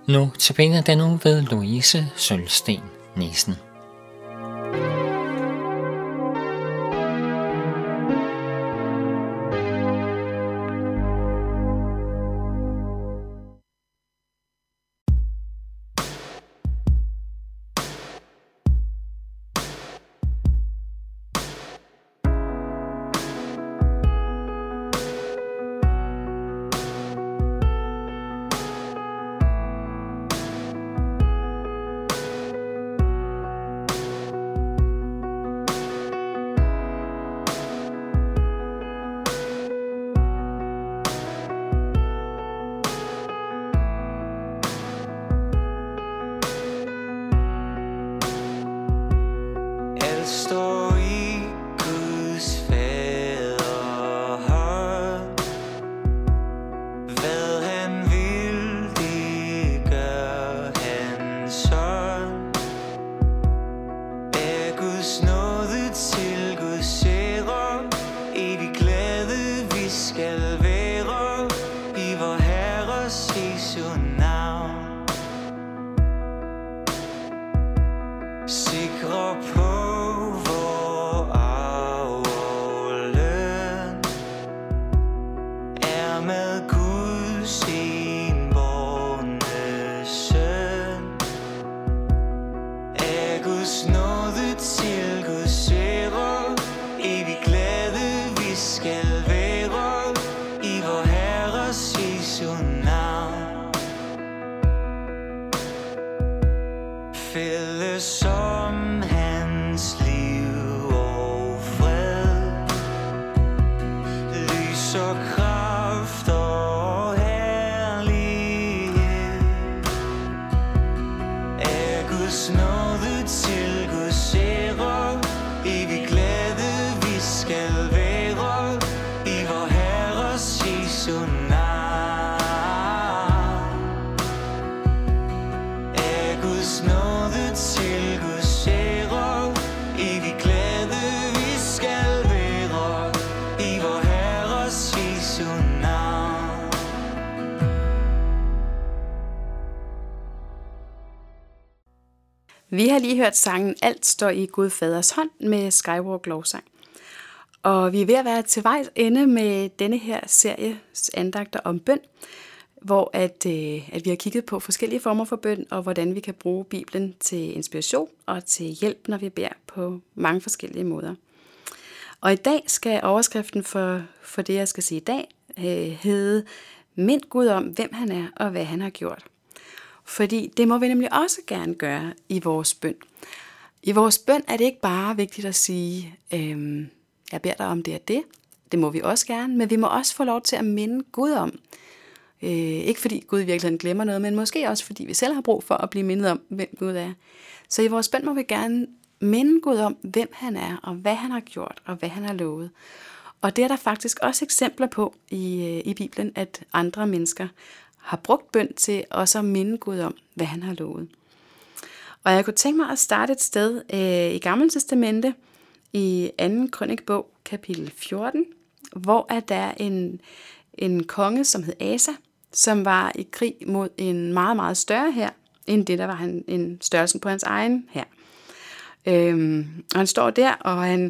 Nu tilbage den uge ved Louise Sølsten Nissen. Står i Guds faderhånd. Hvad han vil, det gør han sådan. Af Guds nåde til Guds ære, evig glæde vi skal være i vor Herres Jesu navn. Sikre på med Guds enbårne søn. Af Guds nåde til Guds ære, evig glæde vi skal være i vor Herres Jesu navn. Fælles om hans liv og fred, lys og kraft og herlighed. Af Guds nåde til Guds ære, evig glæde vi skal være i vor Herres Jesu navn. Af Guds nåde til Guds ære, evig glæde vi skal være i vor Herres Jesu navn. Vi har lige hørt sangen Alt står i Gud Faders hånd med Skywalk lovsang. Og vi er ved at være til vejs ende med denne her serie andagter om bøn, hvor at vi har kigget på forskellige former for bøn, og hvordan vi kan bruge Bibelen til inspiration og til hjælp, når vi beder på mange forskellige måder. Og i dag skal overskriften for det, jeg skal sige i dag, hedde Mind Gud om, hvem han er og hvad han har gjort. Fordi det må vi nemlig også gerne gøre i vores bøn. I vores bøn er det ikke bare vigtigt at sige, jeg beder dig om det og det. Det må vi også gerne, men vi må også få lov til at minde Gud om. Ikke fordi Gud i virkeligheden glemmer noget, men måske også fordi vi selv har brug for at blive mindet om, hvem Gud er. Så i vores bøn må vi gerne minde Gud om, hvem han er, og hvad han har gjort, og hvad han har lovet. Og det er der faktisk også eksempler på i Bibelen, at andre mennesker har brugt bøn til også at minde Gud om, hvad han har lovet. Og jeg kunne tænke mig at starte et sted i Gamle Testamente, i 2. Krønikebog, kapitel 14, hvor der er en konge, som hed Asa, som var i krig mod en meget, meget større hær, end det, der var en størrelsen på hans egen hær. Og han står der, og han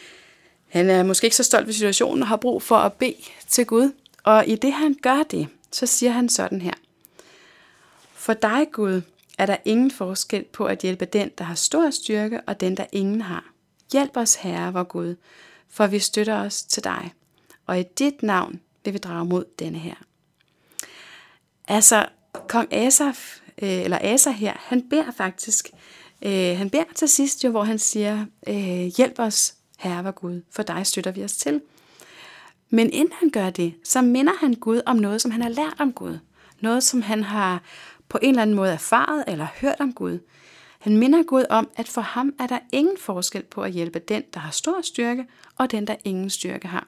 er måske ikke så stolt ved situationen, og har brug for at bede til Gud. Og i det, han gør det, så siger han sådan her: For dig, Gud, er der ingen forskel på at hjælpe den, der har stor styrke, og den, der ingen har. Hjælp os, Herre, vor Gud, for vi støtter os til dig, og i dit navn vil vi drage mod denne her. Altså, kong Asaf, eller Asa her, han beder faktisk, han beder til sidst jo, hvor han siger, hjælp os, Herre, vor Gud, for dig støtter vi os til. Men inden han gør det, så minder han Gud om noget, som han har lært om Gud. Noget, som han har på en eller anden måde erfaret eller hørt om Gud. Han minder Gud om, at for ham er der ingen forskel på at hjælpe den, der har stor styrke, og den, der ingen styrke har.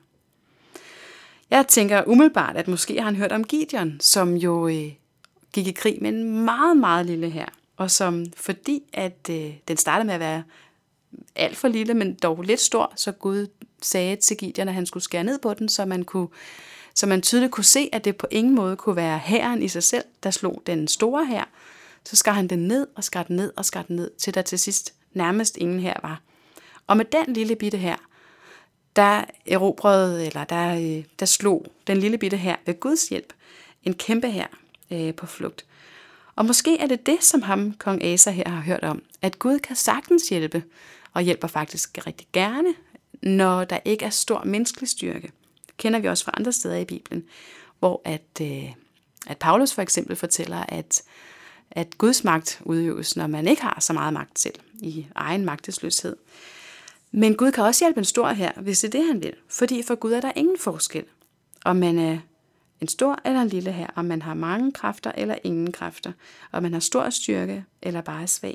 Jeg tænker umiddelbart, at måske har han hørt om Gideon, som jo gik i krig med en meget, meget lille hær. Og som fordi, at den startede med at være alt for lille, men dog lidt stor, så Gud sagde til Gideon, at han skulle skære ned på den, så man kunne så man tydeligt kunne se, at det på ingen måde kunne være hæren i sig selv, der slog den store hær. Så skar han den ned og skar den ned og skar den ned, til der til sidst nærmest ingen hær var. Og med den lille bitte hær, der slog den lille bitte hær ved Guds hjælp en kæmpe hær på flugt. Og måske er det det, som kong Asa her har hørt om, at Gud kan sagtens hjælpe, og hjælper faktisk rigtig gerne, når der ikke er stor menneskelig styrke. Det kender vi også fra andre steder i Bibelen, hvor at Paulus for eksempel fortæller, at Guds magt udøves, når man ikke har så meget magt selv, i egen magtesløshed. Men Gud kan også hjælpe en stor her, hvis det er det, han vil. Fordi for Gud er der ingen forskel, om man er en stor eller en lille her, om man har mange kræfter eller ingen kræfter, om man har stor styrke eller bare er svag.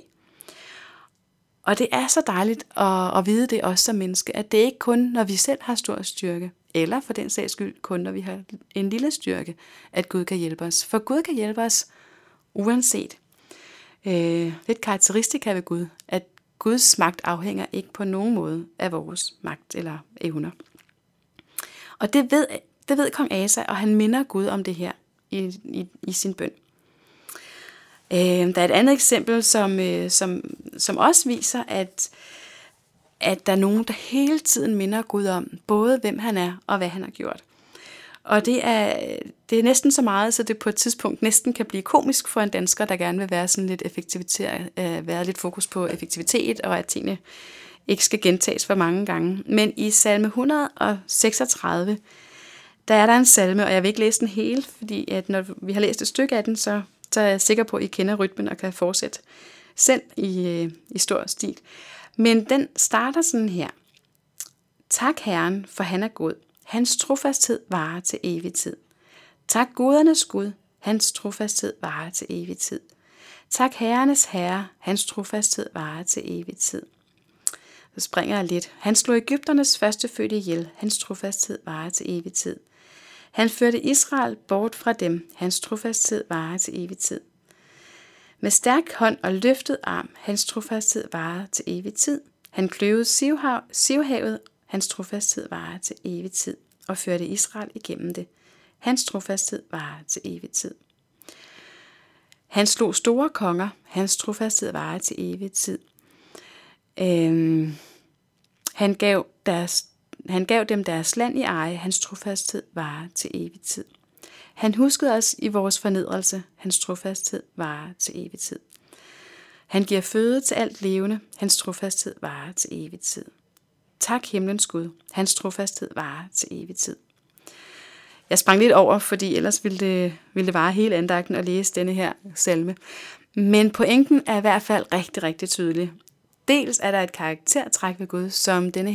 Og det er så dejligt at vide det også som menneske, at det ikke kun, når vi selv har stor styrke, eller for den sags skyld kun, når vi har en lille styrke, at Gud kan hjælpe os. For Gud kan hjælpe os uanset. Lidt karakteristika ved Gud, at Guds magt afhænger ikke på nogen måde af vores magt eller evner. Og det ved kong Asa, og han minder Gud om det her i sin bøn. Der er et andet eksempel, som også viser, at der er nogen, der hele tiden minder Gud om, både hvem han er og hvad han har gjort. Og det er næsten så meget, så det på et tidspunkt næsten kan blive komisk for en dansker, der gerne vil være sådan lidt være lidt fokus på effektivitet, og at tingene ikke skal gentages for mange gange. Men i salme 136, der er der en salme, og jeg vil ikke læse den hele, fordi at når vi har læst et stykke af den, så er jeg sikker på, at I kender rytmen og kan fortsætte selv i stor stil. Men den starter sådan her. Tak Herren, for han er god. Hans trofasthed varer til evig tid. Tak gudernes Gud, hans trofasthed varer til evig tid. Tak herrenes herre, hans trofasthed varer til evig tid. Så springer jeg lidt. Han slog Egypternes førstefødte ihjel, hans trofasthed varer til evig tid. Han førte Israel bort fra dem, hans trofasthed varer til evig tid. Med stærk hånd og løftet arm, hans trofasthed varer til evig tid. Han kløvede Sivhavet, hans trofasthed varer til evig tid, og førte Israel igennem det. Hans trofasthed varer til evig tid. Han slog store konger, hans trofasthed varer til evig tid. Han gav dem deres land i eje, hans trofasthed varer til evig tid. Han huskede os i vores fornedrelse, hans trofasthed varer til evig tid. Han giver føde til alt levende, hans trofasthed varer til evig tid. Tak himlens Gud, hans trofasthed varer til evig tid. Jeg sprang lidt over, fordi ellers ville det vare hele andagten at læse denne her salme. Men pointen er i hvert fald rigtig, rigtig tydelig. Dels er der et karaktertræk ved Gud, som denne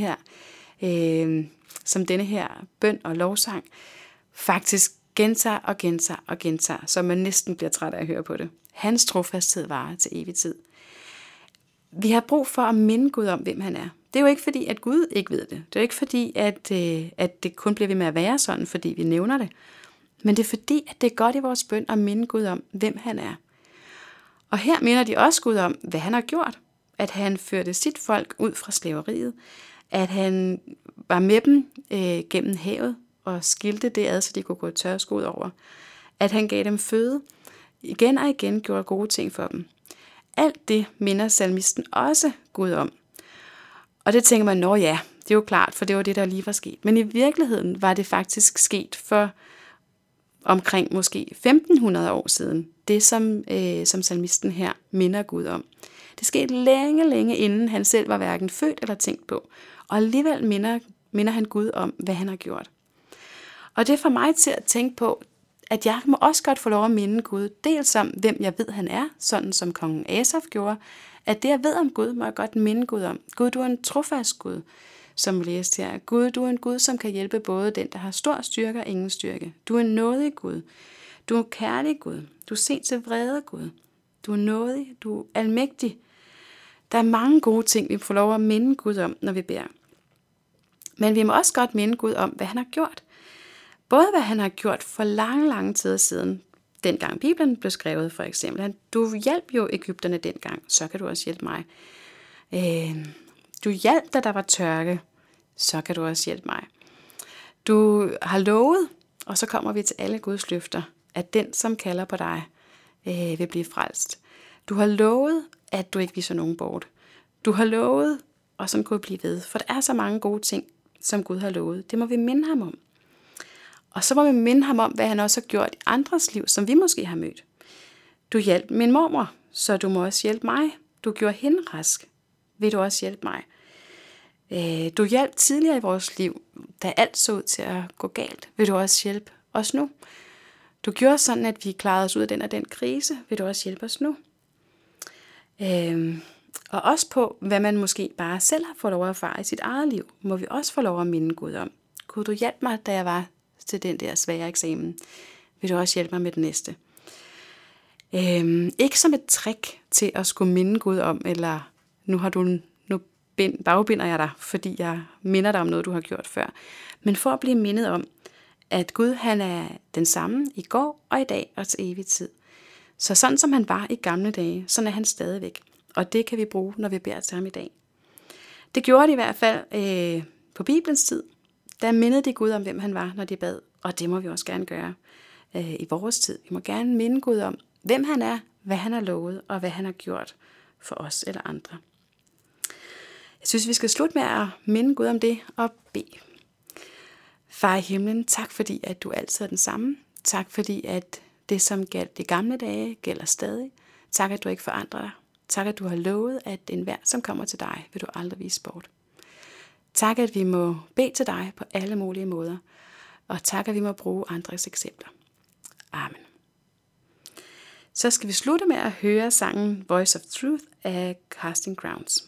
her bøn og lovsang faktisk gentager, så man næsten bliver træt af at høre på det. Hans trofasthed varer til evig tid. Vi har brug for at minde Gud om, hvem han er. Det er jo ikke fordi, at Gud ikke ved det. Det er jo ikke fordi, at det kun bliver ved med at være sådan, fordi vi nævner det. Men det er fordi, at det er godt i vores bøn at minde Gud om, hvem han er. Og her minder de også Gud om, hvad han har gjort. At han førte sit folk ud fra slaveriet. At han var med dem gennem havet og skilte det ad, så de kunne gå tørskoet over. At han gav dem føde. Igen og igen gjorde gode ting for dem. Alt det minder salmisten også Gud om. Og det tænker man, nå ja, det er jo klart, for det var det, der lige var sket. Men i virkeligheden var det faktisk sket for omkring måske 1500 år siden. Det, som salmisten her minder Gud om. Det skete længe, længe inden han selv var hverken født eller tænkt på. Og alligevel minder han Gud om, hvad han har gjort. Og det får mig til at tænke på, at jeg må også godt få lov at minde Gud, dels om, hvem jeg ved, han er, sådan som kongen Asaf gjorde, at det, jeg ved om Gud, må jeg godt minde Gud om. Gud, du er en trofast Gud, som vi læste her. Gud, du er en Gud, som kan hjælpe både den, der har stor styrke og ingen styrke. Du er en nådig Gud. Du er kærlig Gud. Du er sent til vrede Gud. Du er nådig. Du er almægtig. Der er mange gode ting, vi får lov at minde Gud om, når vi beder. Men vi må også godt minde Gud om, hvad han har gjort. Både hvad han har gjort for lange, lange tider siden, dengang Bibelen blev skrevet for eksempel. Du hjalp jo Egypterne dengang, så kan du også hjælpe mig. Du hjalp, da der var tørke, så kan du også hjælpe mig. Du har lovet, Og så kommer vi til alle Guds løfter, at den, som kalder på dig, vil blive frelst. Du har lovet, at du ikke viser nogen bort. Du har lovet, og sådan kunne blive ved. For der er så mange gode ting, som Gud har lovet. Det må vi minde ham om. Og så må vi minde ham om, hvad han også har gjort i andres liv, som vi måske har mødt. Du hjalp min mormor, så du må også hjælpe mig. Du gjorde hende rask. Vil du også hjælpe mig? Du hjalp tidligere i vores liv, da alt så ud til at gå galt. Vil du også hjælpe os nu? Du gjorde sådan, at vi klarede os ud af den og den krise. Vil du også hjælpe os nu? Og også på, hvad man måske bare selv har fået lov at erfare i sit eget liv, må vi også få lov at minde Gud om. Kunne du hjælpe mig, da jeg var til den der svære eksamen? Vil du også hjælpe mig med den næste? Ikke som et trick til at skulle minde Gud om, eller nu bagbinder jeg dig, fordi jeg minder dig om noget, du har gjort før. Men for at blive mindet om, at Gud han er den samme i går og i dag og til evig tid. Så sådan som han var i gamle dage, sådan er han stadigvæk. Og det kan vi bruge, når vi beder til ham i dag. Det gjorde de i hvert fald på Bibelens tid. Der mindede de Gud om, hvem han var, når de bad. Og det må vi også gerne gøre i vores tid. Vi må gerne minde Gud om, hvem han er, hvad han har lovet, og hvad han har gjort for os eller andre. Jeg synes, vi skal slutte med at minde Gud om det og bede. Far i himlen, tak fordi, at du altid er den samme. Tak fordi, at det, som galt i gamle dage, gælder stadig. Tak, at du ikke forandrer dig. Tak, at du har lovet, at enhver, som kommer til dig, vil du aldrig vise bort. Tak, at vi må bede til dig på alle mulige måder. Og tak, at vi må bruge andres eksempler. Amen. Så skal vi slutte med at høre sangen Voice of Truth af Casting Crowns.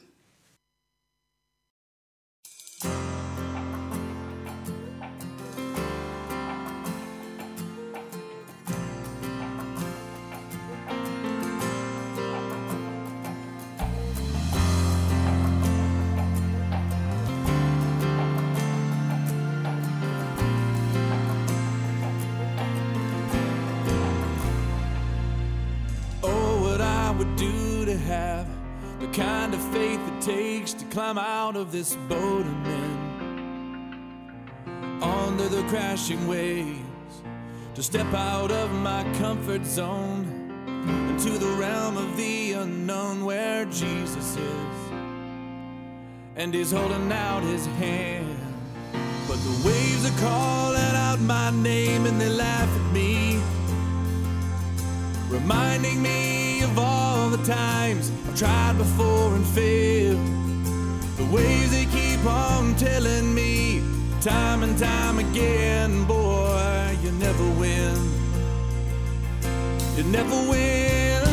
Do to have the kind of faith it takes to climb out of this boat I'm in, under the crashing waves, to step out of my comfort zone into the realm of the unknown where Jesus is, and he's holding out his hand. But the waves are calling out my name and they laugh at me, reminding me of all the times I've tried before and failed. The waves they keep on telling me time and time again, boy, you never win. You never win.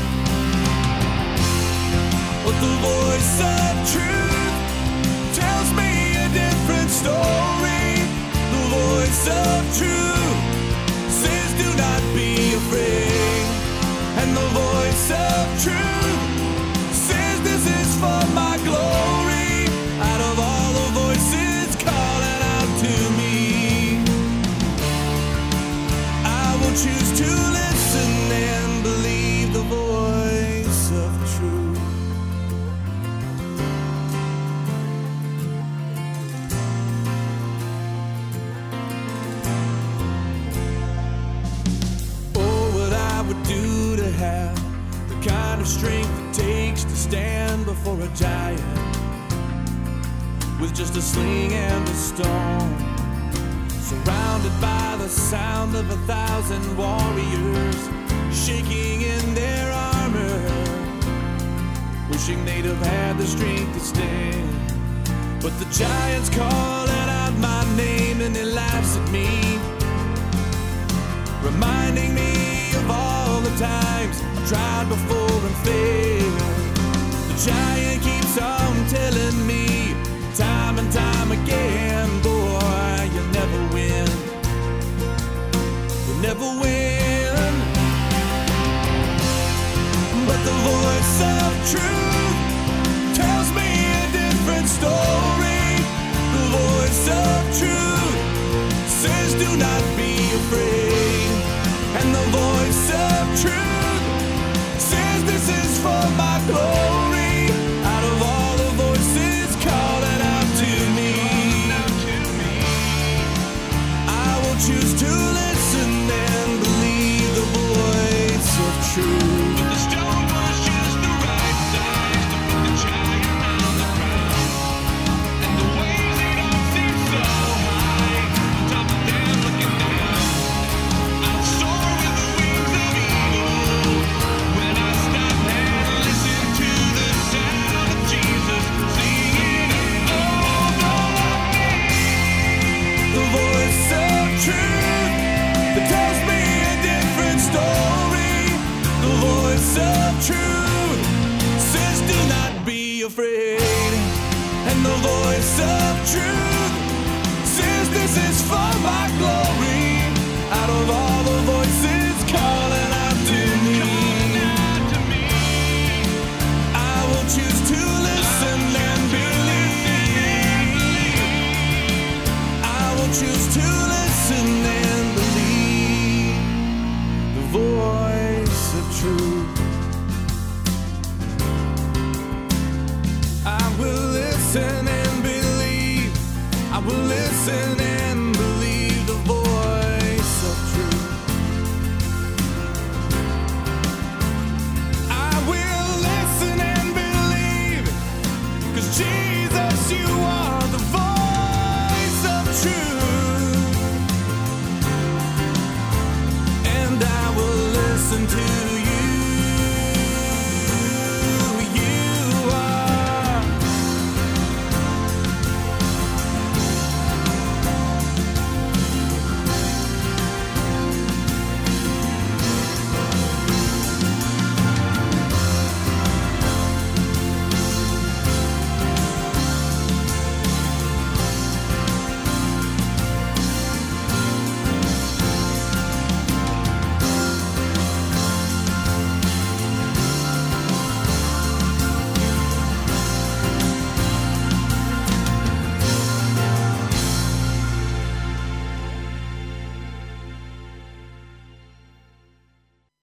But the voice of truth tells me a different story. The voice of truth says do not be afraid. And the voice of truth says this is for my glory. Out of all the voices calling out to me, I will choose to listen and believe the voice of truth. Oh, what I would do to have the kind of strength it takes to stand before a giant with just a sling and a stone, surrounded by the sound of 1,000 warriors shaking in their armor, wishing they'd have had the strength to stand. But the giant's calling out my name and he laughs at me, reminding me of all the times I've tried before and failed. The giant keeps on telling me time and time again, boy, you'll never win. You'll never win. But the voice of truth tells me a different story. The voice of truth says do not be afraid. And the voice of truth says this is for my glory. Out of all the voices calling out to me, I will choose to afraid. And the voice of truth says this is for my glory. Out of all the voices calling out to me, I will choose to listen and believe. I will choose to listen and believe the voice of truth. I will listen and believe. I will listen and